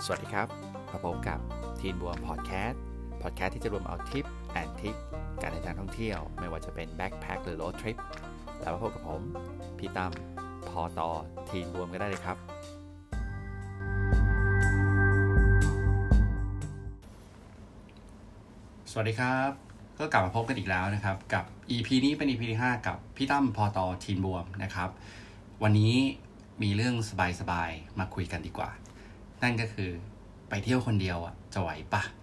สวัสดีครับมาพบกับทีนบวมพอดแคสต์ที่จะรวมเอาทิปแอนด์ทริคการเดินทางท่องเที่ยวไม่ว่าจะเป็นแบ็คแพ็คหรือโรดทริปแล้วมาพบกับผมพี่ตั้มพอต่อทีนบวมก็ได้เลยครับสวัสดีครับก็กลับมาพบกันอีกแล้วนะครับกับ EP นี้เป็น EP ที่5กับพี่ตั้มพอต่อทีนบวมนะครับวันนี้มีเรื่องสบายๆมาคุยกันดีกว่านั่นก็คือไปเที่ยวคนเดียวอ่ะจะไหวปะ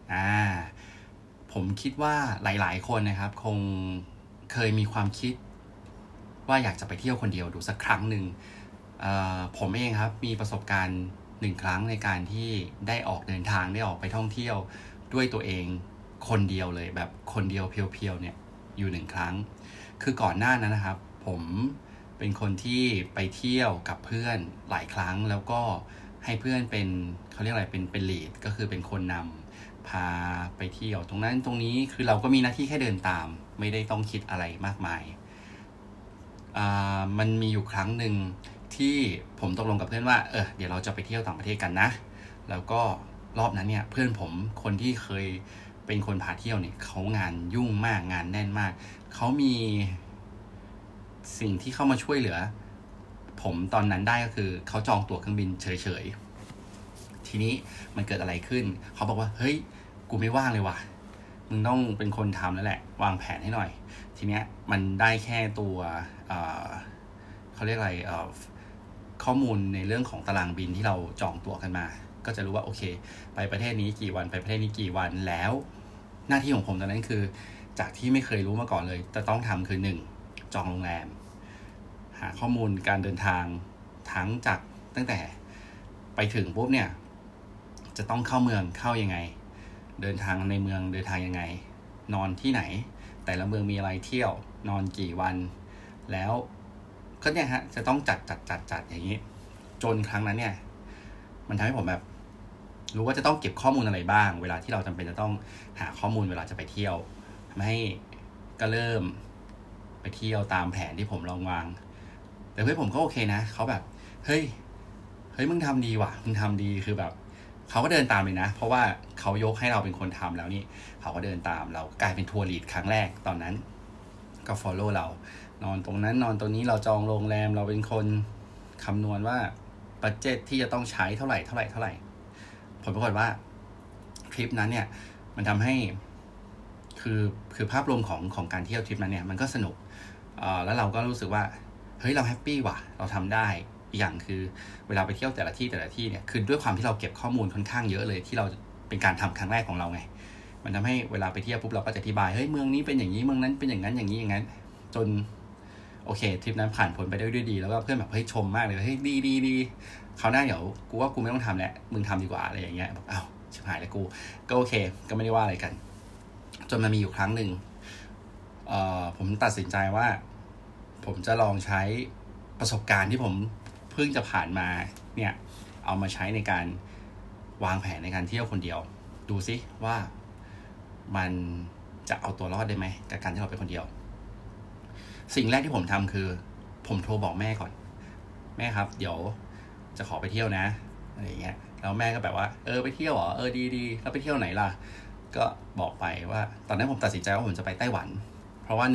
ผมคิดว่าหลายๆคนนะครับคงเคยมีความคิดว่าอยากจะไปเที่ยวคนเดียวดูสักครั้งหนึ่งผมเองครับมีประสบการณ์1ครั้งในการที่ได้ออกเดินทางได้ออกไปท่องเที่ยวด้วยตัวเองคนเดียวเลยแบบคนเดียวเพียวๆเนี่ยอยู่1ครั้งคือก่อนหน้านั้นนะครับผมเป็นคนที่ไปเที่ยวกับเพื่อนหลายครั้งแล้วก็ให้เพื่อนเป็นเขาเรียกอะไรเป็นลีดก็คือเป็นคนนำพาไปเที่ยวตรงนั้นตรงนี้คือเราก็มีหน้าที่แค่เดินตามไม่ได้ต้องคิดอะไรมากมายมันมีอยู่ครั้งหนึ่งที่ผมตกลงกับเพื่อนว่าเดี๋ยวเราจะไปเที่ยวต่างประเทศกันนะแล้วก็รอบนั้นเนี่ยเพื่อนผมคนที่เคยเป็นคนพาเที่ยวเนี่ยเขางานยุ่งมากงานแน่นมากเขามีสิ่งที่เข้ามาช่วยเหลือผมตอนนั้นได้ก็คือเขาจองตั๋วเครื่องบินเฉยๆทีนี้มันเกิดอะไรขึ้นเขาบอกว่าเฮ้ยกูไม่ว่างเลยว่ะมึงต้องเป็นคนทำแล้วแหละวางแผนให้หน่อยทีเนี้ยมันได้แค่ตัวเขาเรียกอะไรข้อมูลในเรื่องของตารางบินที่เราจองตั๋วกันมาก็จะรู้ว่าโอเคไปประเทศนี้กี่วันไปประเทศนี้กี่วันแล้วหน้าที่ของผมตอนนั้นคือจากที่ไม่เคยรู้มาก่อนเลยแต่ต้องทำคือ1จองโรงแรมหาข้อมูลการเดินทางทั้งจากตั้งแต่ไปถึงปุ๊บเนี่ยจะต้องเข้าเมืองเข้ายังไงเดินทางในเมืองเดินทางยังไงนอนที่ไหนแต่ละเมืองมีอะไรเที่ยวนอนกี่วันแล้วก็เนี่ยฮะจะต้องจัดอย่างนี้จนครั้งนั้นเนี่ยมันทำให้ผมแบบรู้ว่าจะต้องเก็บข้อมูลอะไรบ้างเวลาที่เราจำเป็นจะต้องหาข้อมูลเวลาจะไปเที่ยวทำให้ก็เริ่มไปเที่ยวตามแผนที่ผมลองวางแต่เพื่อนผมก็โอเคนะเขาแบบเฮ้ยมึงทำดีว่ะมึงทำดีคือแบบเขาก็เดินตามเลยนะเพราะว่าเขายกให้เราเป็นคนทำแล้วนี่เขาก็เดินตามเรากลายเป็นทัวร์ลีดครั้งแรกตอนนั้นก็ follow เรานอนตรงนั้นนอนตรงนี้เราจองโรงแรมเราเป็นคนคำนวณว่าบัดเจ็ตที่จะต้องใช้เท่าไหร่ผลปรากฏว่าทริปนั้นเนี่ยมันทำให้คือภาพรวมของการเที่ยวทริปนั้นเนี่ยมันก็สนุกแล้วเราก็รู้สึกว่าเฮ้ยเราแฮปปี้ว่ะเราทำได้อีกอย่างคือเวลาไปเที่ยวแต่ละที่เนี่ยคือด้วยความที่เราเก็บข้อมูลค่อนข้างเยอะเลยที่เราเป็นการทำครั้งแรกของเราไงมันทำให้เวลาไปเที่ยวปุ๊บเราก็จะอธิบายเฮ้ยเมืองนี้เป็นอย่างนี้เมืองนั้นเป็นอย่างนั้นอย่างนี้อย่างนั้นจนโอเคทริปนั้นผ่านผลไปได้ด้วยดีแล้วก็เพื่อนแบบเฮ้ยชมมากเลยเฮ้ยดีคราวหน้าเดี๋ยวกูว่ากูไม่ต้องทำแล้วมึงทำดีกว่าอะไรอย่างเงี้ยแบบอ้าวชิบหายแล้วกูก็โอเคก็ไม่ได้ว่าอะไรกันจนมันมีอยู่ครั้งหนึ่งผมตัดสินใจว่าผมจะลองใช้ประสบการณ์ที่ผมเพิ่งจะผ่านมาเนี่ยเอามาใช้ในการวางแผนในการเที่ยวคนเดียวดูซิว่ามันจะเอาตัวรอดได้ไหมกับการที่เราเป็นคนเดียวสิ่งแรกที่ผมทำคือผมโทรบอกแม่ก่อนแม่ครับเดี๋ยวจะขอไปเที่ยวนะอะไรอย่างเงี้ยแล้วแม่ก็แบบว่าไปเที่ยวเหรอดีแล้วไปเที่ยวไหนล่ะก็บอกไปว่าตอนนั้นผมตัดสินใจว่าผมจะไปไต้หวันเพราะว่า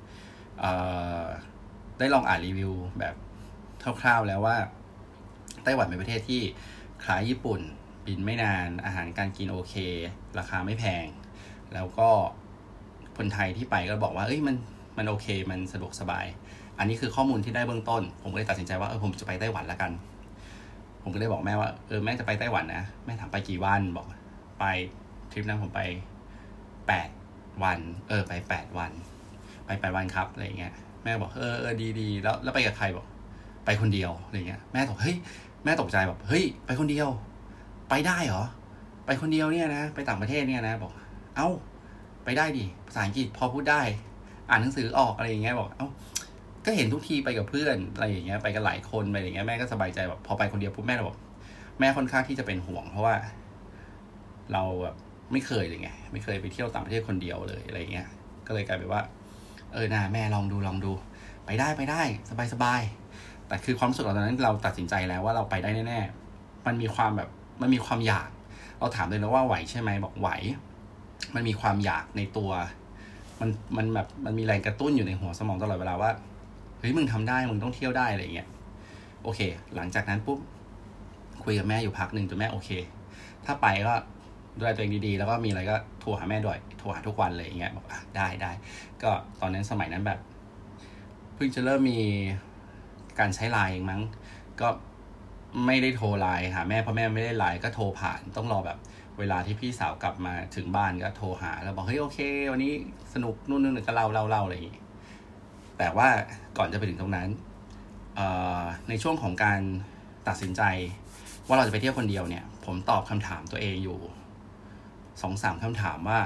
ได้ลองอ่านรีวิวแบบคร่าวๆแล้วว่าไต้หวันเป็นประเทศที่คล้ายญี่ปุ่นบินไม่นานอาหารการกินโอเคราคาไม่แพงแล้วก็คนไทยที่ไปก็บอกว่ามันโอเคมันสะดวกสบายอันนี้คือข้อมูลที่ได้เบื้องต้นผมก็เลยตัดสินใจว่าผมจะไปไต้หวันละกันผมก็เลยบอกแม่ว่าแม่จะไปไต้หวันนะแม่ถามไปกี่วันบอกไปทริปนั้นผมไป8วันไป8วันไป8วันครับอะไรเงี้ยแม่บอกดีแล้วไปกับใครบอกไปคนเดียวอะไรเงี้ยแม่บอกเฮ้ยแม่ตกใจแบบเฮ้ยไปคนเดียวไปได้เหรอไปคนเดียวเนี่ยนะไปต่างประเทศเนี่ยนะบอกเอ้าไปได้ดิภาษาอังกฤษพอพูดได้อ่านหนังสือออกอะไรอย่างเงี้ยบอกเอ้าก็เห็นทุกทีไปกับเพื่อนอะไรอย่างเงี้ยไปกันหลายคนไปอย่างเงี้ยแม่ก็สบายใจแบบพอไปคนเดียวปุ๊บแม่บอกแม่ค่อนข้างที่จะเป็นห่วงเพราะว่าเราแบบไม่เคยเลยไงไม่เคยไปเที่ยวต่างประเทศคนเดียวเลยอะไรเงี้ยก็เลยกลายเป็นว่านะแม่ลองดูไปได้สบายแต่คือความรู้สึกตอนนั้นเราตัดสินใจแล้วว่าเราไปได้แน่ๆมันมีความแบบมันมีความอยากเราถามเลยนะว่าไหวใช่ไหมบอกไหวมันมีความอยากในตัวมันแบบมันมีแรงกระตุ้นอยู่ในหัวสมองตลอดเวลาว่าเฮ้ยมึงทำได้มึงต้องเที่ยวได้อะไรเงี้ยโอเคหลังจากนั้นปุ๊บคุยกับแม่อยู่พักหนึ่งจนแม่โอเคถ้าไปก็ดูแลตัวเองดีๆแล้วก็มีอะไรก็โทรหาแม่ด้วยโทรหาทุกวันเลยอย่างเงี้ยบอกได้ก็ตอนนั้นสมัยนั้นแบบเพิ่งจะเริ่มมีการใช้ไลน์เองมั้งก็ไม่ได้โทรไลน์หาแม่เพราะแม่ไม่ได้ไลน์ก็โทรผ่านต้องรอแบบเวลาที่พี่สาวกลับมาถึงบ้านก็โทรหาแล้วบอกเฮ้ยโอเควันนี้สนุกนู่นก็เล่าอะไรอย่างงี้แต่ว่าก่อนจะไปถึงตรงนั้นในช่วงของการตัดสินใจว่าเราจะไปเที่ยวคนเดียวเนี่ยผมตอบคำถามตัวเองอยู่ 2-3 คำถามว่า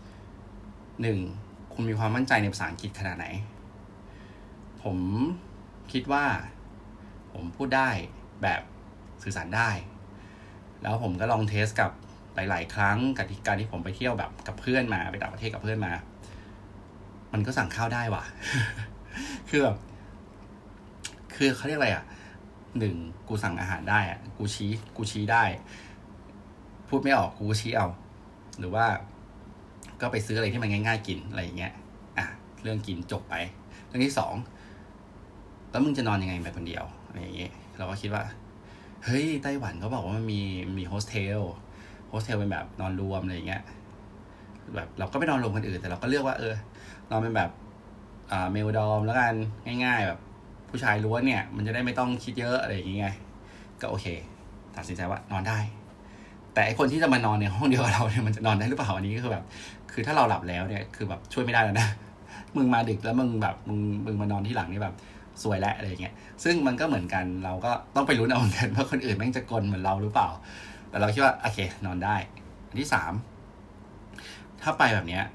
1. คุณมีความมั่นใจในภาษาอังกฤษขนาดไหนผมคิดว่าผมพูดได้แบบสื่อสารได้แล้วผมก็ลองเทสกับหลายๆครั้งกับการที่ผมไปเที่ยวแบบกับเพื่อนมาไปต่างประเทศกับเพื่อนมามันก็สั่งข้าวได้ว่ะ คือแบบคือเขาเรียกอะไรอ่ะ 1. กูสั่งอาหารได้อ่ะกูชี้ได้พูดไม่ออกกูชี้เอาหรือว่าก็ไปซื้ออะไรที่มันง่ายๆกินอะไรอย่างเงี้ยเรื่องกินจบไปเรื่องที่ 2แล้วมึงจะนอนยังไงไปคนเดียวอะไรอย่างเงี้ยเราก็คิดว่าเฮ้ยไต้หวันเขาบอกว่ามันมีโฮสเทลเป็นแบบนอนรวมอะไรอย่างเงี้ยแบบเราก็ไปนอนรวมคนอื่นแต่เราก็เลือกว่านอนเป็นแบบเมลดอมแล้วกันง่ายๆแบบผู้ชายล้วนเนี่ยมันจะได้ไม่ต้องคิดเยอะอะไรอย่างเงี้ยก็โอเคตัดสินใจว่านอนได้แต่ไอคนที่จะมานอนในห้องเดียวกับเราเนี่ยมันจะนอนได้หรือเปล่าอันนี้ก็คือแบบคือถ้าเราหลับแล้วเนี่ยคือแบบช่วยไม่ได้แล้วนะมึงมาดึกแล้วมึงแบบมึงมานอนที่หลังนี่แบบสวยแล้วอะไรอย่างเงี้ยซึ่งมันก็เหมือนกันเราก็ต้องไปลุ้นเอาเหมือนกันว่าคนอื่นแม่งจะกลเหมือนเราหรือเปล่าแต่เราคิดว่าโอเคนอนได้อันที่ 3ถ้าไปแบบเนี้ย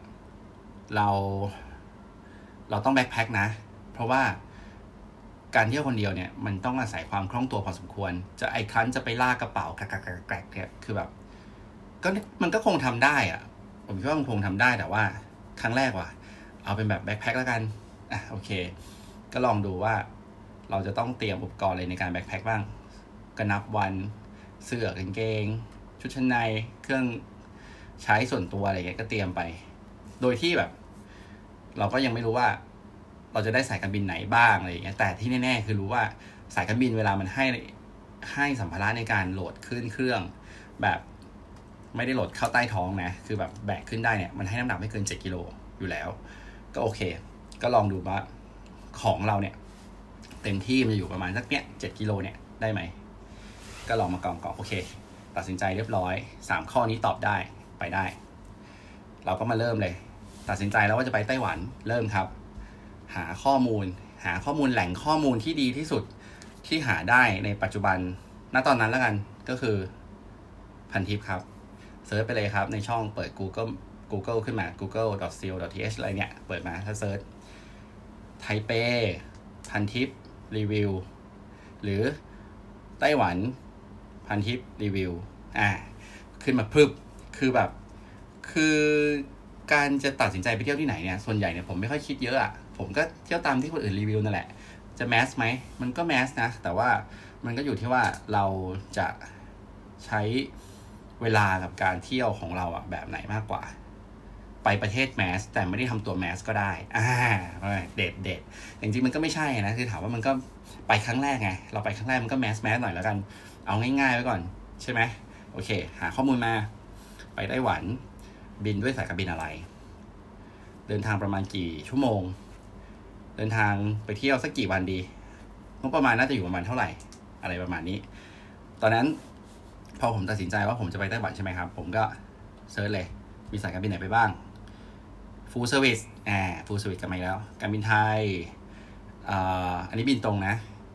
เราต้องแบ็คแพ็คนะเพราะว่าการเที่ยวคนเดียวเนี่ยมันต้องอาศัยความคล่องตัวพอสมควรจะไอ้ครั้นจะไปลากกระเป๋าแกรกเนี่ยคือแบบก็มันก็คงทำได้อะผมคิดว่ามันคงทำได้แต่ว่าครั้งแรกว่ะเอาเป็นแบบแบ็คแพ็คแล้วกันโอเคก็ลองดูว่าเราจะต้องเตรียมอุปกรณ์อะไรในการแบ็คแพ็คบ้างก็นับวันเสื้อกางเกงชุดชั้นในเครื่องใช้ส่วนตัวอะไรเงี้ยก็เตรียมไปโดยที่แบบเราก็ยังไม่รู้ว่าเราจะได้สายการบินไหนบ้างอะไรอย่างเงี้ยแต่ที่แน่ๆคือรู้ว่าสายการบินเวลามันให้สัมภาระในการโหลดขึ้นเครื่องแบบไม่ได้โหลดเข้าใต้ท้องนะคือแบบแบกขึ้นได้เนี่ยมันให้น้ำหนักไม่เกิน7 กิโลอยู่แล้วก็โอเคก็ลองดูว่าของเราเนี่ยเต็มที่มันอยู่ประมาณสักเนี้ย7 กิโลเนี่ยได้ไหมก็ลองมากองโอเคตัดสินใจเรียบร้อย3 ข้อนี้ตอบได้ไปได้เราก็มาเริ่มเลยตัดสินใจแล้วว่าจะไปไต้หวันเริ่มครับหาข้อมูลแหล่งข้อมูลที่ดีที่สุดที่หาได้ในปัจจุบันณตอนนั้นแล้วกันก็คือพันทิปครับเซิร์ชไปเลยครับในช่องเปิด Google ขึ้นมา google.co.th อะไรเนี่ยเปิดมาถ้าเซิร์ชไทเปพันทิปรีวิวหรือไต้หวันพันทิปรีวิวขึ้นมาพึบคือแบบคือการจะตัดสินใจไปเที่ยวที่ไหนเนี่ยส่วนใหญ่เนี่ยผมไม่ค่อยคิดเยอะอ่ะผมก็เที่ยวตามที่คนอื่นรีวิวนั่นแหละจะแมสไหมมันก็แมสนะแต่ว่ามันก็อยู่ที่ว่าเราจะใช้เวลากับการเที่ยวของเราอ่ะแบบไหนมากกว่าไปประเทศแมสแต่ไม่ได้ทำตัวแมสก็ได้เด็ดจริงๆมันก็ไม่ใช่นะคือถามว่ามันก็ไปครั้งแรกไงเราไปครั้งแรกมันก็แมสหน่อยแล้วกันเอาง่ายๆไว้ก่อนใช่ไหมโอเคหาข้อมูลมาไปไต้หวันบินด้วยสายการบินอะไรเดินทางประมาณกี่ชั่วโมงเดินทางไปเที่ยวสักกี่วันดีงบประมาณน่าจะอยู่ประมาณเท่าไหร่อะไรประมาณนี้ตอนนั้นพอผมตัดสินใจว่าผมจะไปไต้หวันใช่ไหมครับผมก็เซิร์ชเลยมีสายการบินไหนไปบ้าง full service full service กันมาแล้วการบินไทยอันนี้บินตรงนะ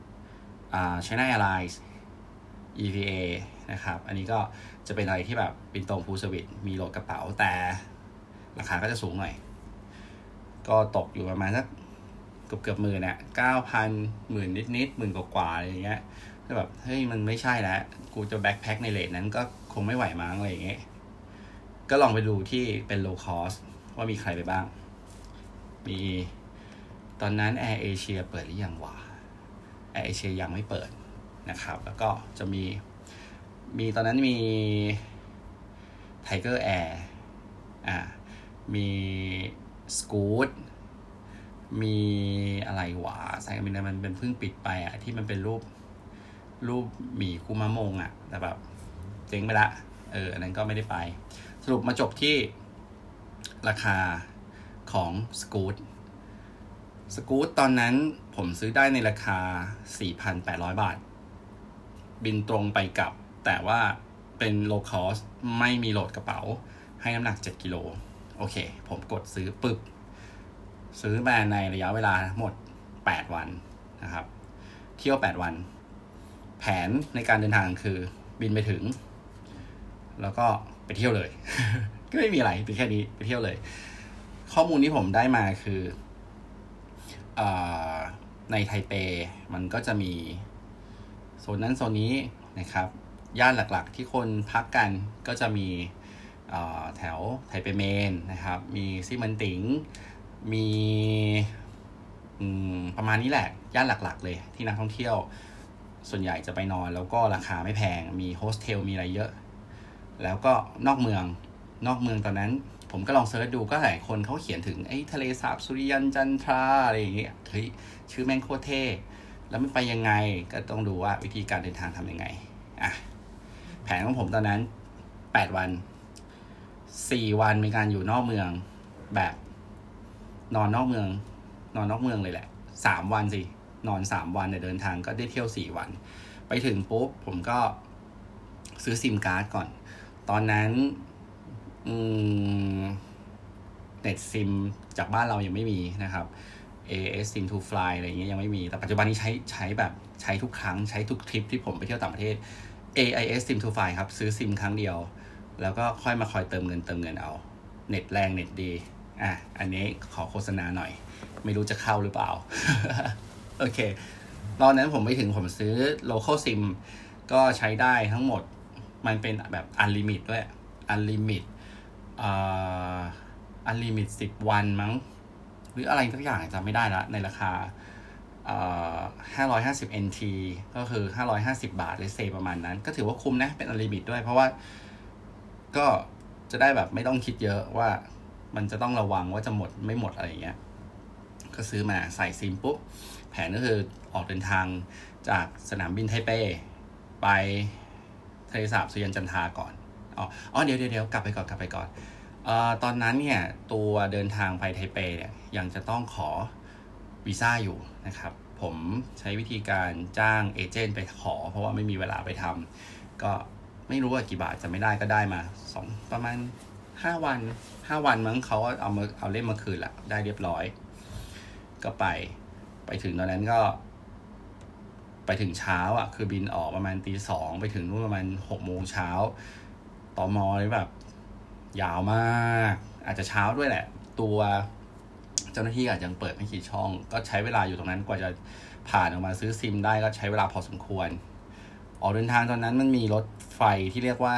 China Airlines EVA นะครับอันนี้ก็จะเป็นอะไรที่แบบบินตรง full service มีโหลดกระเป๋าแต่ราคาก็จะสูงหน่อยก็ตกอยู่ประมาณสักเกือบหมื่นเนี่ย 9,000 หมื่นนิดๆหมื่นกว่าอะไรอย่างเงี้ยก็แบบเฮ้ยมันไม่ใช่แล้วกูจะแบ็คแพ็คในเรทนั้นก็คงไม่ไหวมั้งอะไรอย่างเงี้ยก็ลองไปดูที่เป็น low cost ว่ามีใครไปบ้างมีตอนนั้น Air Asia เปิดหรือยังวะ Air Asia ยังไม่เปิดนะครับแล้วก็จะมีมีตอนนั้นมีไทเกอร์แอร์มีสกู๊ตมีอะไรวะสายการบินนั้นมันเป็นเพิ่งปิดไปที่มันเป็นรูปหมีคุมะมงแต่แบบเจ๊งไปละอันนั้นก็ไม่ได้ไปสรุปมาจบที่ราคาของสกู๊ตตอนนั้นผมซื้อได้ในราคา 4,800 บาทบินตรงไปกลับแต่ว่าเป็น low cost ไม่มีโหลดกระเป๋าให้น้ำหนัก7กิโลโอเคผมกดซื้อปึ๊บซื้อมาในระยะเวลาหมด8วันนะครับเที่ยว8วันแผนในการเดินทางคือบินไปถึงแล้วก็ไปเที่ยวเลย ก็ไม่มีอะไรเป็นแค่นี้ไปเที่ยวเลยข้อมูลที่ผมได้มาคือในไทเปมันก็จะมีโซนนั้นโซนนี้นะครับย่านหลักๆที่คนพักกันก็จะมีแถวไทเปเมนนะครับมีซีเหมินติ๋งมีประมาณนี้แหละย่านหลักๆเลยที่นักท่องเที่ยวส่วนใหญ่จะไปนอนแล้วก็ราคาไม่แพงมีโฮสเทลมีอะไรเยอะแล้วก็นอกเมืองตอนนั้นผมก็ลองเสิร์ชดูก็หลายคนเขาเขียนถึงไอ้ทะเลสาบสุริยันจันทราอะไรอย่างเงี้ยเฮ้ยชื่อแม่งโคตรเท่แล้วมันไปยังไงก็ต้องดูว่าวิธีการเดินทางทำยังไงแผนของผมตอนนั้น8วัน4วันมีการอยู่นอกเมืองแบบนอนนอกเมืองเลยแหละ3วันสินอน3วันเนี่ยเดินทางก็ได้เที่ยว4วันไปถึงปุ๊บผมก็ซื้อซิมการ์ดก่อนตอนนั้นเน็ตซิมจากบ้านเรายังไม่มีนะครับ AIS Sim to Fly อะไรอย่างเงี้ยยังไม่มีแต่ปัจจุบันนี้ใช้แบบใช้ทุกครั้งใช้ทุกทริปที่ผมไปเที่ยวต่างประเทศ AIS Sim to Fly ครับซื้อซิมครั้งเดียวแล้วก็ค่อยมาคอยเติมเงินเอาเน็ตแรงเน็ตดีอันนี้ขอโฆษณาหน่อยไม่รู้จะเข้าหรือเปล่า โอเคตอนนั้นผมไปถึงผมซื้อ local sim ก็ใช้ได้ทั้งหมดมันเป็นแบบ unlimit ด้วย unlimit 10 วันมั้งหรืออะไรทุกอย่างจำไม่ได้ละในราคา550 NT ก็คือ550 บาทเลยเซประมาณนั้นก็ถือว่าคุ้มนะเป็น unlimit ด้วยเพราะว่าก็จะได้แบบไม่ต้องคิดเยอะว่ามันจะต้องระวังว่าจะหมดไม่หมดอะไรอย่างเงี้ยก็ซื้อมาใส่ซิมปุ๊บแผนก็คือออกเดินทางจากสนามบินไทเปไปทะเลสาบสุริยันจันทราก่อนเดี๋ยวกลับไปก่อนตอนนั้นเนี่ยตัวเดินทางไปไทเปเนี่ยยังจะต้องขอวีซ่าอยู่นะครับผมใช้วิธีการจ้างเอเจนต์ไปขอเพราะว่าไม่มีเวลาไปทำก็ไม่รู้ว่ากี่บาทจะไม่ได้ก็ได้มาประมาณ5 วันมั้งเขาเอาเล่มมาคืนละได้เรียบร้อยก็ไปถึงตอนนั้นก็ไปถึงเช้าคือบินออกประมาณ 2:00 ไปถึงนู่นประมาณ 6:00 เช้าตม.เลยแบบยาวมากอาจจะเช้าด้วยแหละตัวเจ้าหน้าที่อาจจะยังเปิดไม่กี่ช่องก็ใช้เวลาอยู่ตรงนั้นกว่าจะผ่านออกมาซื้อซิมได้ก็ใช้เวลาพอสมควรออกเดินทางตอนนั้นมันมีรถไฟที่เรียกว่า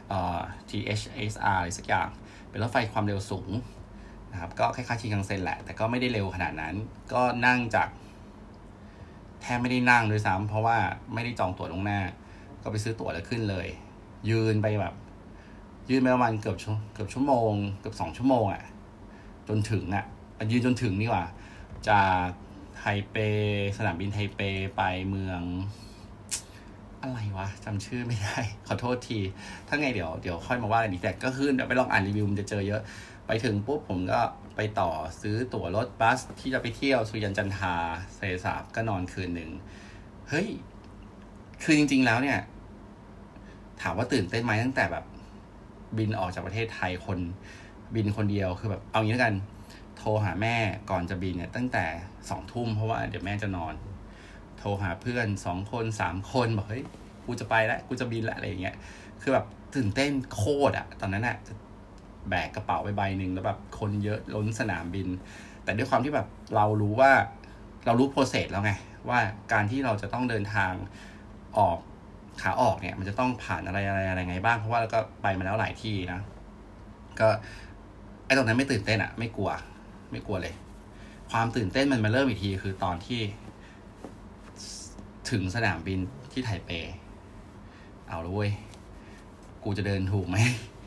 THSR อะไรสักอย่างเป็นรถไฟความเร็วสูงนะครับก็คล้ายๆชินคันเซ็นแหละแต่ก็ไม่ได้เร็วขนาดนั้นก็นั่งจากแทบไม่ได้นั่งด้วยซ้ำเพราะว่าไม่ได้จองตั๋วล่วงหน้าก็ไปซื้อตั๋วแล้วขึ้นเลยยืนไปประมาณเกือบชั่วโมงเกือบ2 ชั่วโมงจนถึงยืนจนถึงนี่ว่าจากไทเปสนามบินไทเปไปเมืองอะไรวะจำชื่อไม่ได้ขอโทษทีถ้าไงเดี๋ยวค่อยมาว่ากันอีกแต่ก็คือเดี๋ยวไปลองอ่านรีวิวมันจะเจอเยอะไปถึงปุ๊บผมก็ไปต่อซื้อตั๋วรถบัสที่จะไปเที่ยวสุริยันจันทราทะเลสาบก็นอนคืนหนึ่งเฮ้ยคือจริงๆแล้วเนี่ยถามว่าตื่นเต้นไหมตั้งแต่แบบบินออกจากประเทศไทยบินคนเดียวคือแบบเอางี้แล้วกันโทรหาแม่ก่อนจะบินเนี่ยตั้งแต่20:00เพราะว่าเดี๋ยวแม่จะนอนโทรหาเพื่อน2 คน3 คนบอกเฮ้ยกูจะไปแล้วกูจะบินแล้วอะไรอย่างเงี้ยคือแบบตื่นเต้นโคตรตอนนั้นจะแบกกระเป๋าไปใบหนึ่งแล้วแบบคนเยอะล้นสนามบินแต่ด้วยความที่แบบเรารู้โปรเซสแล้วไงว่าการที่เราจะต้องเดินทางขาออกเนี่ยมันจะต้องผ่านอะไรไงบ้างเพราะว่าเราก็ไปมาแล้วหลายที่นะก็ไอ้ตรงนั้นไม่ตื่นเต้นไม่กลัวเลยความตื่นเต้นมันมาเริ่มอีกทีคือตอนที่ถึงสนามบินที่ไทเปเอาละเว้ยกูจะเดินถูกไหม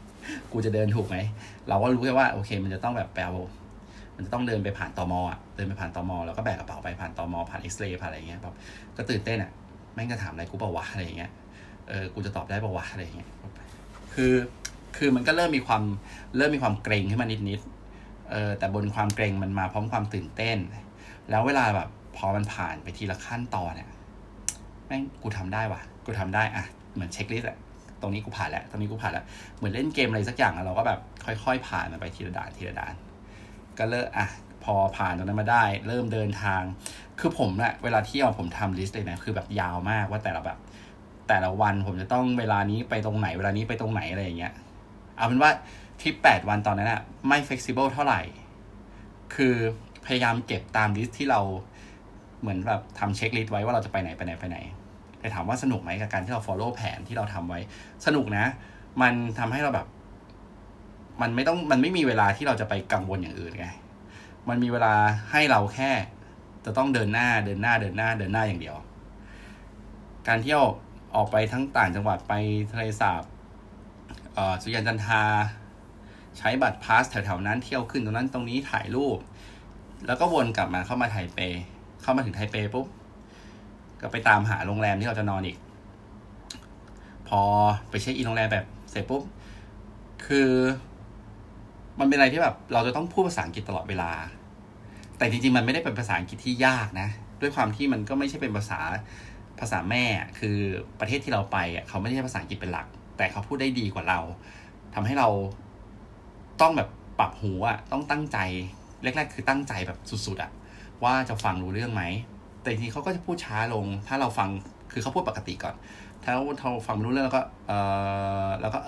เราก็รู้แค่ว่าโอเคมันจะต้องแบบแปลมันจะต้องเดินไปผ่านตม.เดินไปผ่านตม.แล้วก็แบกกระเป๋าไปผ่านตม.ผ่านเอ็กซเรย์ผ่านอะไรเงี้ยแบบก็ตื่นเต้นอ่ะแม่งจะถามอะไรกูเปล่าวะอะไรเงี้ยกูจะตอบได้เปล่าวะอะไรเงี้ยคือมันก็เริ่มมีความเกรงขึ้นมานิดแต่บนความเกรงมันมาพร้อมความตื่นเต้นแล้วเวลาแบบพอมันผ่านไปทีละขั้นตอนเนี่ยแม่งกูทำได้อ่ะเหมือนเช็คลิสต์อะตรงนี้กูผ่านแล้วเหมือนเล่นเกมอะไรสักอย่างเราก็แบบค่อยๆผ่านมันไปทีละด่านก็เลิกพอผ่านตรงนั้นมาได้เริ่มเดินทางคือผมเนี่ยเวลาเที่ยวผมทำลิสต์เลยนะคือแบบยาวมากว่าแต่ละวันผมจะต้องเวลานี้ไปตรงไหนเวลานี้ไปตรงไหนอะไรอย่างเงี้ยเอาเป็นว่าทริป8 วันตอนนั้นอะไม่ flexible เท่าไหร่คือพยายามเก็บตามลิสต์ที่เราเหมือนแบบทำเช็คลิสต์ไว้ว่าเราจะไปไหนแต่ถามว่าสนุกไหมกับการที่เรา follow แผนที่เราทำไว้สนุกนะมันทำให้เราแบบมันไม่มีเวลาที่เราจะไปกังวลอย่างอื่นไงมันมีเวลาให้เราแค่จะต้องเดินหน้าอย่างเดียวการเที่ยวออกไปทั้งต่างจังหวัดไปทะเลสาบสุริยันจันทราใช้บัตรพาสแถวๆนั้นเที่ยวขึ้นตรงนั้นตรงนี้ถ่ายรูปแล้วก็วนกลับมาเข้ามาถึงไทเปปุ๊บก็ไปตามหาโรงแรมที่เราจะนอนอีกพอไปเช็คอินโรงแรมแบบเสร็จปุ๊บคือมันเป็นอะไรที่แบบเราจะต้องพูดภาษาอังกฤษตลอดเวลาแต่จริงๆมันไม่ได้เป็นภาษาอังกฤษที่ยากนะด้วยความที่มันก็ไม่ใช่เป็นภาษาแม่คือประเทศที่เราไปเขาไม่ได้ใช้ภาษาอังกฤษเป็นหลักแต่เขาพูดได้ดีกว่าเราทำให้เราต้องแบบปรับหูต้องตั้งใจแรกๆคือตั้งใจแบบสุดๆว่าจะฟังรู้เรื่องไหมแต่จริงๆเขาก็จะพูดช้าลงถ้าเราฟังคือเขาพูดปกติก่อนถ้าเราฟังไม่รู้เรื่องแล้วก็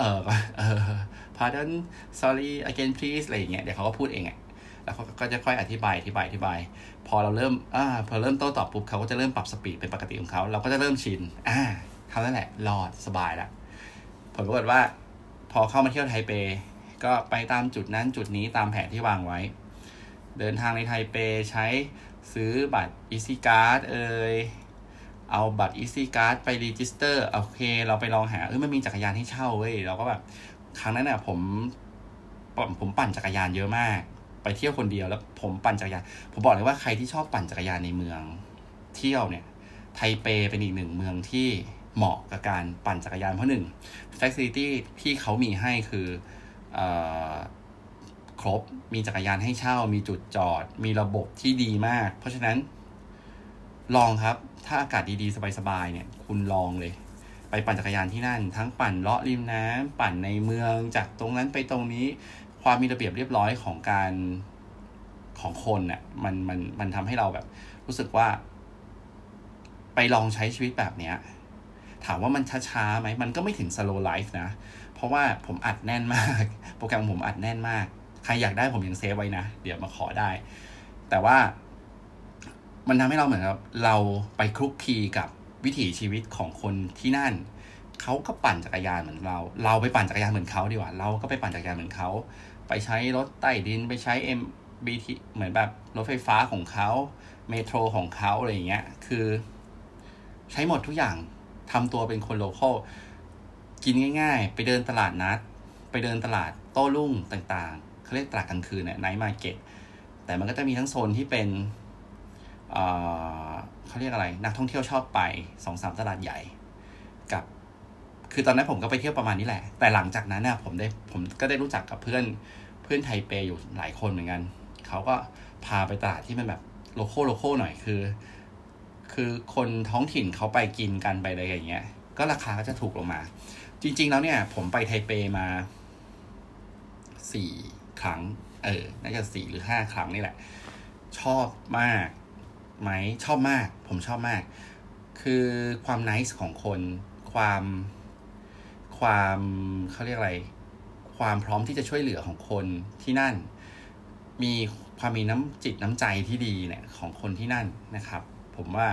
pardon sorry again please อะไรอย่างเงี้ยเดี๋ยวเขาก็พูดเองแล้วเขาก็จะค่อยอธิบายพอเราเริ่มโต้ตอบปุ๊บเขาก็จะเริ่มปรับสปีดเป็นปกติของเขาเราก็จะเริ่มชินเท่านั้นแหละรอดสบายละผลปรากฏว่าพอเข้ามาเที่ยวไทเปก็ไปตามจุดนั้นจุดนี้ตามแผนที่วางไว้เดินทางในไทเปใช้ซื้อบัตร Easy Card เอาบัตร Easy Card ไปรีจิสเตอร์โอเคเราไปลองหามันมีจักรยานให้เช่าเว้ยเราก็แบบครั้งนั้นผมปั่นจักรยานเยอะมากไปเที่ยวคนเดียวแล้วผมปั่นจักรยานผมบอกเลยว่าใครที่ชอบปั่นจักรยานในเมืองเที่ยวเนี่ยไทเปเป็นอีกหนึ่งเมืองที่เหมาะกับการปั่นจักรยานเพราะfacility ที่เขามีให้คือครบมีจักรยานให้เช่ามีจุดจอดมีระบบที่ดีมากเพราะฉะนั้นลองครับถ้าอากาศดีๆสบายๆเนี่ยคุณลองเลยไปปั่นจักรยานที่นั่นทั้งปั่นเลาะริมน้ำปั่นในเมืองจากตรงนั้นไปตรงนี้ความมีระเบียบเรียบร้อยของคนเนี่ยมันทำให้เราแบบรู้สึกว่าไปลองใช้ชีวิตแบบเนี้ยถามว่ามันช้าๆไหมมันก็ไม่ถึง slow life นะเพราะว่าผมอัดแน่นมากโปรแกรมผมอัดแน่นมากใครอยากได้ผมยังเซฟไว้นะเดี๋ยวมาขอได้แต่ว่ามันทำให้เราเหมือนกับเราไปคลุกคลีกับวิถีชีวิตของคนที่นั่นเขาก็ปั่นจักรยานเหมือนเราไปปั่นจักรยานเหมือนเขาดีกว่าเราก็ไปปั่นจักรยานเหมือนเขาไปใช้รถใต้ดินไปใช้ MBT เหมือนแบบรถไฟฟ้าของเขาเมโทรของเขาอะไรอย่างเงี้ยคือใช้หมดทุกอย่างทำตัวเป็นคนโลคอลกินง่ายๆไปเดินตลาดนัดไปเดินตลาดโต้รุ่งต่างๆเขาเรียกตลาดกลางคืนเนี่ยไนท์มาร์เก็ตแต่มันก็จะมีทั้งโซนที่เป็นเขาเรียกอะไรนักท่องเที่ยวชอบไป 2-3 ตลาดใหญ่กับคือตอนนั้นผมก็ไปเที่ยวประมาณนี้แหละแต่หลังจากนั้นเนี่ยผมก็ได้รู้จักกับเพื่อนไทเปอยู่หลายคนเหมือนกันเขาก็พาไปตลาดที่มันแบบโลคอลหน่อยคือคนท้องถิ่นเขาไปกินกันไปอะไรอย่างเงี้ยก็ราคาก็จะถูกลงมาจริงๆแล้วเนี่ยผมไปไทเปมา4 ครั้งน่าจะ4 หรือ 5 ครั้งนี่แหละชอบมากไหมชอบมากผมชอบมากคือความไนซ์ของคนความเขาเรียกอะไรความพร้อมที่จะช่วยเหลือของคนที่นั่นมีความมีน้ำจิตน้ำใจที่ดีเนี่ยของคนที่นั่นนะครับผมว่า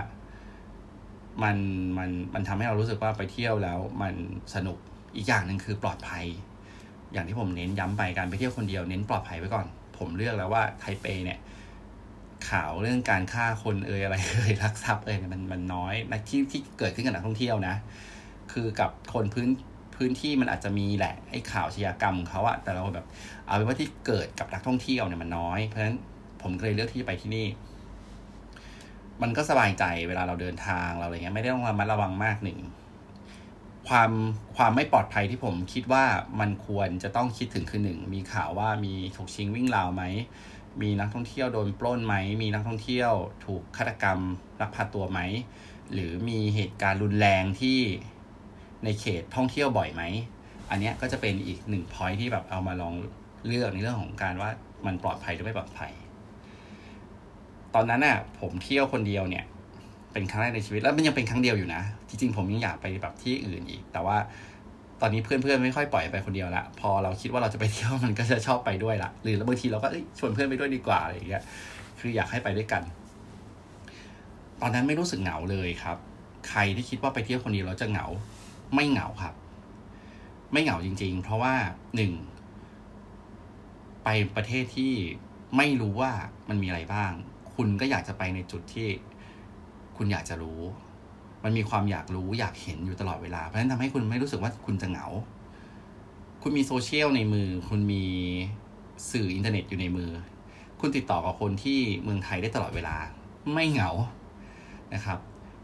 มันทำให้เรารู้สึกว่าไปเที่ยวแล้วมันสนุกอีกอย่างนึงคือปลอดภัยอย่างที่ผมเน้นย้ำไปการไปเที่ยวคนเดียวเน้นปลอดภัยไว้ก่อนผมเลือกแล้วว่าไทเปเนี่ยข่าวเรื่องการฆ่าคนอะไรลักทรัพย์มันน้อยนะที่เกิดขึ้นกับนักท่องเที่ยวนะคือกับคนพื้นที่มันอาจจะมีแหละไอ้ข่าวอาชญากรรมของเขาอะแต่เราแบบเอาเป็นว่าที่เกิดกับนักท่องเที่ยวเนี่ยมันน้อยเพราะฉะนั้นผมก็เลยเลือกที่จะไปที่นี่มันก็สบายใจเวลาเราเดินทางเราอะไรเงี้ยไม่ได้ต้องระมัดระวังมากหนึ่งความไม่ปลอดภัยที่ผมคิดว่ามันควรจะต้องคิดถึงคือหนึ่งมีข่าวว่ามีถูกชิงวิ่งราวไหมมีนักท่องเที่ยวโดนปล้นไหมมีนักท่องเที่ยวถูกฆาตกรรมลักพาตัวไหมหรือมีเหตุการณ์รุนแรงที่ในเขตท่องเที่ยวบ่อยไหมอันนี้ก็จะเป็นอีกหนึ่ง point ที่แบบเอามาลองเลือกในเรื่องของการว่ามันปลอดภัยหรือไม่ปลอดภัยตอนนั้นน่ะผมเที่ยวคนเดียวเนี่ยเป็นครั้งแรกในชีวิตแล้วมันยังเป็นครั้งเดียวอยู่นะจริงๆผมยังอยากไปแบบที่อื่นอีกแต่ว่าตอนนี้เพื่อนๆไม่ค่อยปล่อยไปคนเดียวละพอเราคิดว่าเราจะไปเที่ยวมันก็จะชอบไปด้วยละหรือบางทีเราก็ชวนเพื่อนไปด้วยดีกว่าอะไรอย่างเงี้ยคืออยากให้ไปด้วยกันตอนนั้นไม่รู้สึกเหงาเลยครับใครที่คิดว่าไปเที่ยวคนเดียวเราจะเหงาไม่เหงาครับไม่เหงาจริงๆเพราะว่าหนึ่งไปประเทศที่ไม่รู้ว่ามันมีอะไรบ้างคุณก็อยากจะไปในจุดที่คุณอยากจะรู้มันมีความอยากรู้อยากเห็นอยู่ตลอดเวลาเพราะฉะนั้นทำให้คุณไม่รู้สึกว่าคุณจะเหงาคุณมีโซเชียลในมือคุณมีสื่ออินเทอร์เน็ตอยู่ในมือคุณติดต่อกับคนที่เมืองไทยได้ตลอดเวลาไม่เหงานะครับ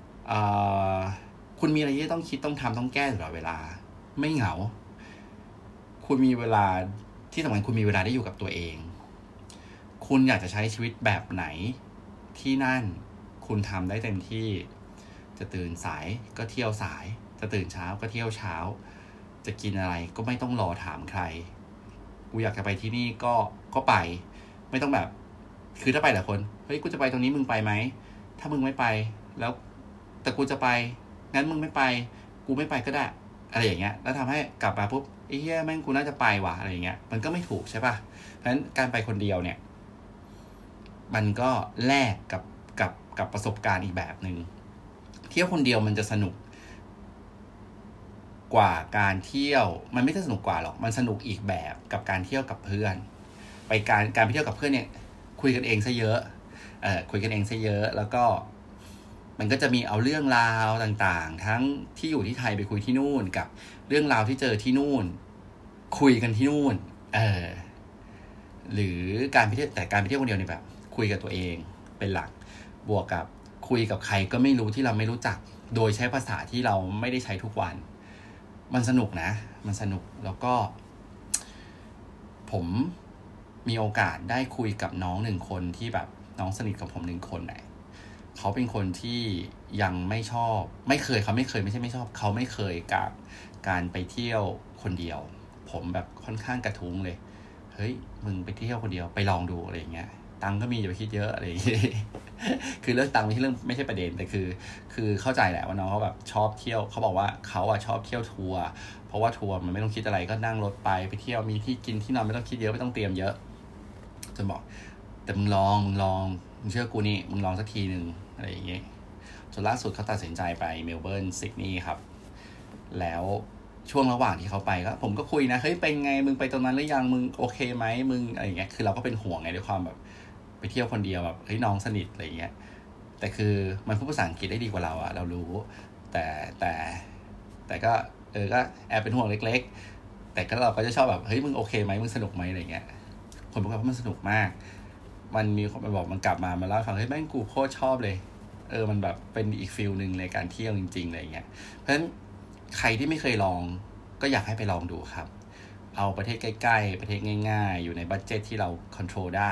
คุณมีอะไรที่ต้องคิดต้องทำต้องแก้ตลอดเวลาไม่เหงาคุณมีเวลาที่สำคัญคุณมีเวลาได้อยู่กับตัวเองคุณอยากจะใช้ชีวิตแบบไหนที่นั่นคุณทำได้เต็มที่จะตื่นสายก็เที่ยวสายจะตื่นเช้าก็เที่ยวเช้าจะกินอะไรก็ไม่ต้องรอถามใครกูอยากจะไปที่นี่ก็ไปไม่ต้องแบบคือถ้าไปหลายคนเฮ้ยกูจะไปตรงนี้มึงไปไหมถ้ามึงไม่ไปแล้วแต่กูจะไปงั้นมึงไม่ไปกูไม่ไปก็ได้อะไรอย่างเงี้ยแล้วทำให้กลับมาปุ๊บไอ้เหี้ยแม่งกูน่าจะไปว่ะอะไรอย่างเงี้ยมันก็ไม่ถูกใช่ป่ะเพราะฉะนั้นการไปคนเดียวเนี่ยมันก็แลกกับประสบการณ์อีกแบบนึงเที่ยวคนเดียวมันจะสนุกกว่าการเที่ยวมันไม่ได้สนุกกว่าหรอกมันสนุกอีกแบบกับการเที่ยวกับเพื่อนไปการไปเที่ยวกับเพื่อนเนี่ยคุยกันเองซะเยอะคุยกันเองซะเยอะแล้วก็มันก็จะมีเอาเรื่องราวต่างๆทั้งที่อยู่ที่ไทยไปคุยที่นู่นกับเรื่องราวที่เจอที่นู่นคุยกันที่นู่นหรือการไปเที่ยวแต่การไปเที่ยวคนเดียวเนี่ยแบบคุยกับตัวเองเป็นหลักบวกกับคุยกับใครก็ไม่รู้ที่เราไม่รู้จักโดยใช้ภาษาที่เราไม่ได้ใช้ทุกวันมันสนุกนะมันสนุกแล้วก็ผมมีโอกาสได้คุยกับน้องหนึ่งคนที่แบบน้องสนิทกับผมหนึ่งคนไหนเขาเป็นคนที่ยังไม่ชอบไม่เคยไม่ใช่ไม่ชอบเขาไม่เคยกับการไปเที่ยวคนเดียวผมแบบค่อนข้างกระทุ้งเลยเฮ้ยมึงไปเที่ยวคนเดียวไปลองดูอะไรอย่างเงี้ยตังก็มีอย่าไปคิดเยอะอะไรอย่างเงี้ยคือเรื่องตังไม่ใช่เรื่องไม่ใช่ประเด็นแต่คือเข้าใจแหละว่าน้องเขาแบบชอบเที่ยวเขาบอกว่าเขาชอบเที่ยวทัวร์เพราะว่าทัวร์มันไม่ต้องคิดอะไรก็นั่งรถไปเที่ยวมีที่กินที่นอนไม่ต้องคิดเยอะไม่ต้องเตรียมเยอะจนบอกแต่มึงลองมึงเชื่อกูนี่มึงลองสักทีนึงอะไรอย่างเงี้ยจนล่าสุดเขาตัดสินใจไปเมลเบิร์นซิดนีย์ครับแล้วช่วงระหว่างที่เขาไปก็ผมก็คุยนะเฮ้ยเป็นไงมึงไปตรงนั้นหรือยังมึงโอเคไหมมึงอะไรอย่างเงี้ยคือเราก็เป็นห่วงไงด้วยความแบบไปเที่ยวคนเดียวแบบเฮ้ยน้องสนิทอะไรอย่างเงี้ยแต่คือมันพูดภาษาอังกฤษได้ดีกว่าเราอะเรารู้แต่ก็ก็แอบเป็นห่วงเล็กๆแต่ก็เราก็จะชอบแบบเฮ้ยมึงโอเคไหมมึงสนุกไหมอะไรเงี้ยคนบอกว่ามันสนุกมากมันมีคนมาบอกมันกลับมาเล่าให้ฟังเฮ้ยแม่งกูโคตรชอบเลยมันแบบเป็นอีกฟีลนึงในการเที่ยวจริงๆอะไรเงี้ยเพราะฉะนั้นใครที่ไม่เคยลองก็อยากให้ไปลองดูครับเอาประเทศใกล้ๆประเทศง่ายๆอยู่ในบัดเจ็ตที่เราคอนโทรลได้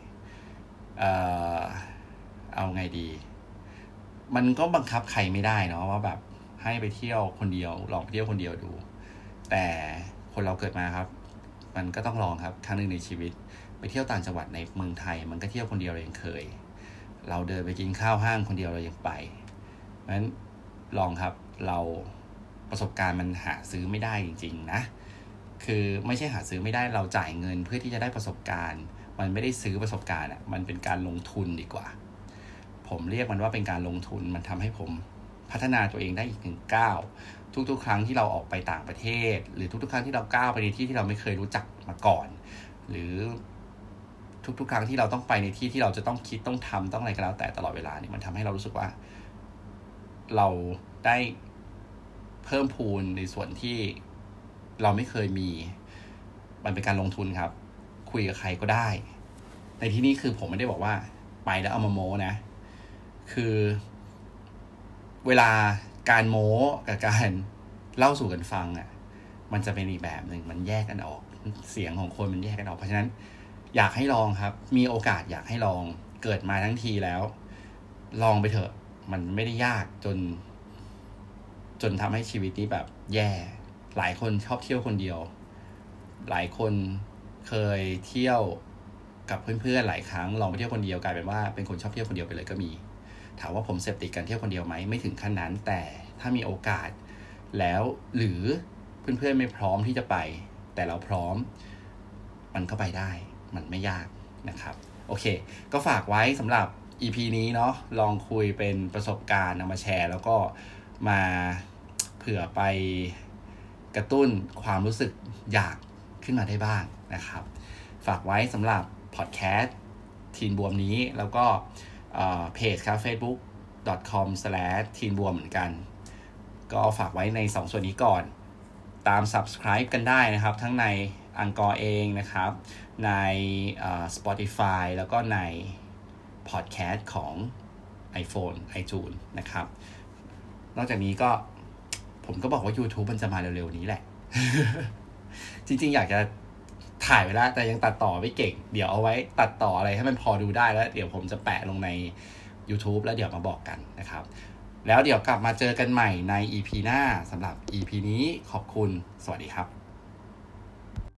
เอาไงดีมันก็บังคับใครไม่ได้เนาะว่าแบบให้ไปเที่ยวคนเดียวลองไปเที่ยวคนเดียวดูแต่คนเราเกิดมาครับมันก็ต้องลองครับครั้งหนึ่งในชีวิตไปเที่ยวต่างจังหวัดในเมืองไทยมันก็เที่ยวคนเดียวเรายังเคยเราเดินไปกินข้าวห้างคนเดียวเรายังไปเพราะฉะนั้นลองครับเราประสบการณ์มันหาซื้อไม่ได้จริงๆนะคือไม่ใช่หาซื้อไม่ได้เราจ่ายเงินเพื่อที่จะได้ประสบการณ์มันไม่ได้ซื้อประสบการณ์อ่ะมันเป็นการลงทุนดีกว่าผมเรียกมันว่าเป็นการลงทุนมันทำให้ผมพัฒนาตัวเองได้อีกหนึ่งก้าวทุกๆครั้งที่เราออกไปต่างประเทศหรือทุกๆครั้งที่เราก้าวไปในที่ที่เราไม่เคยรู้จักมาก่อนหรือทุกๆครั้งที่เราต้องไปในที่ที่เราจะต้องคิดต้องทำต้องอะไรก็แล้วแต่ตลอดเวลาเนี่ยมันทำให้เรารู้สึกว่าเราได้เพิ่มพูนในส่วนที่เราไม่เคยมีมันเป็นการลงทุนครับคุยกับใครก็ได้ในที่นี้คือผมไม่ได้บอกว่าไปแล้วเอามาโม้นะคือเวลาการโม้กับการเล่าสู่กันฟังอ่ะมันจะเป็นอีกแบบหนึ่งมันแยกกันออกเสียงของคนมันแยกกันออกเพราะฉะนั้นอยากให้ลองครับมีโอกาสอยากให้ลองเกิดมาทั้งทีแล้วลองไปเถอะมันไม่ได้ยากจนทำให้ชีวิตนี้แบบแย่หลายคนชอบเที่ยวคนเดียวหลายคนเคยเที่ยวกับเพื่อนๆหลายครั้งลองไปเที่ยวคนเดียวกลายเป็นว่าเป็นคนชอบเที่ยวคนเดียวไปเลยก็มีถามว่าผมเสพติดการเที่ยวคนเดียวไหมไม่ถึงขั้นนั้นแต่ถ้ามีโอกาสแล้วหรือเพื่อนๆไม่พร้อมที่จะไปแต่เราพร้อมมันก็ไปได้มันไม่ยากนะครับโอเคก็ฝากไว้สำหรับ EP นี้เนาะลองคุยเป็นประสบการณ์นำมาแชร์แล้วก็มาเผื่อไปกระตุ้นความรู้สึกอยากขึ้นมาได้บ้างนะครับฝากไว้สำหรับพอดแคสต์ทีนบวมนี้แล้วก็เพจครับ facebook.com/teenbwom เหมือนกันก็ฝากไว้ใน2ส่วนนี้ก่อนตาม subscribe กันได้นะครับทั้งใน Anchor เองนะครับในSpotify แล้วก็ใน podcast ของ iPhone iTunes นะครับนอกจากนี้ก็ผมก็บอกว่า YouTube มันจะมาเร็วๆนี้แหละ จริงๆอยากจะถ่ายไว้แล้วแต่ยังตัดต่อไม่เก่งเดี๋ยวเอาไว้ตัดต่ออะไรให้มันพอดูได้แล้วเดี๋ยวผมจะแปะลงใน YouTube แล้วเดี๋ยวมาบอกกันนะครับแล้วเดี๋ยวกลับมาเจอกันใหม่ใน EP หน้าสำหรับ EP นี้ขอบคุณสวัสดีครับ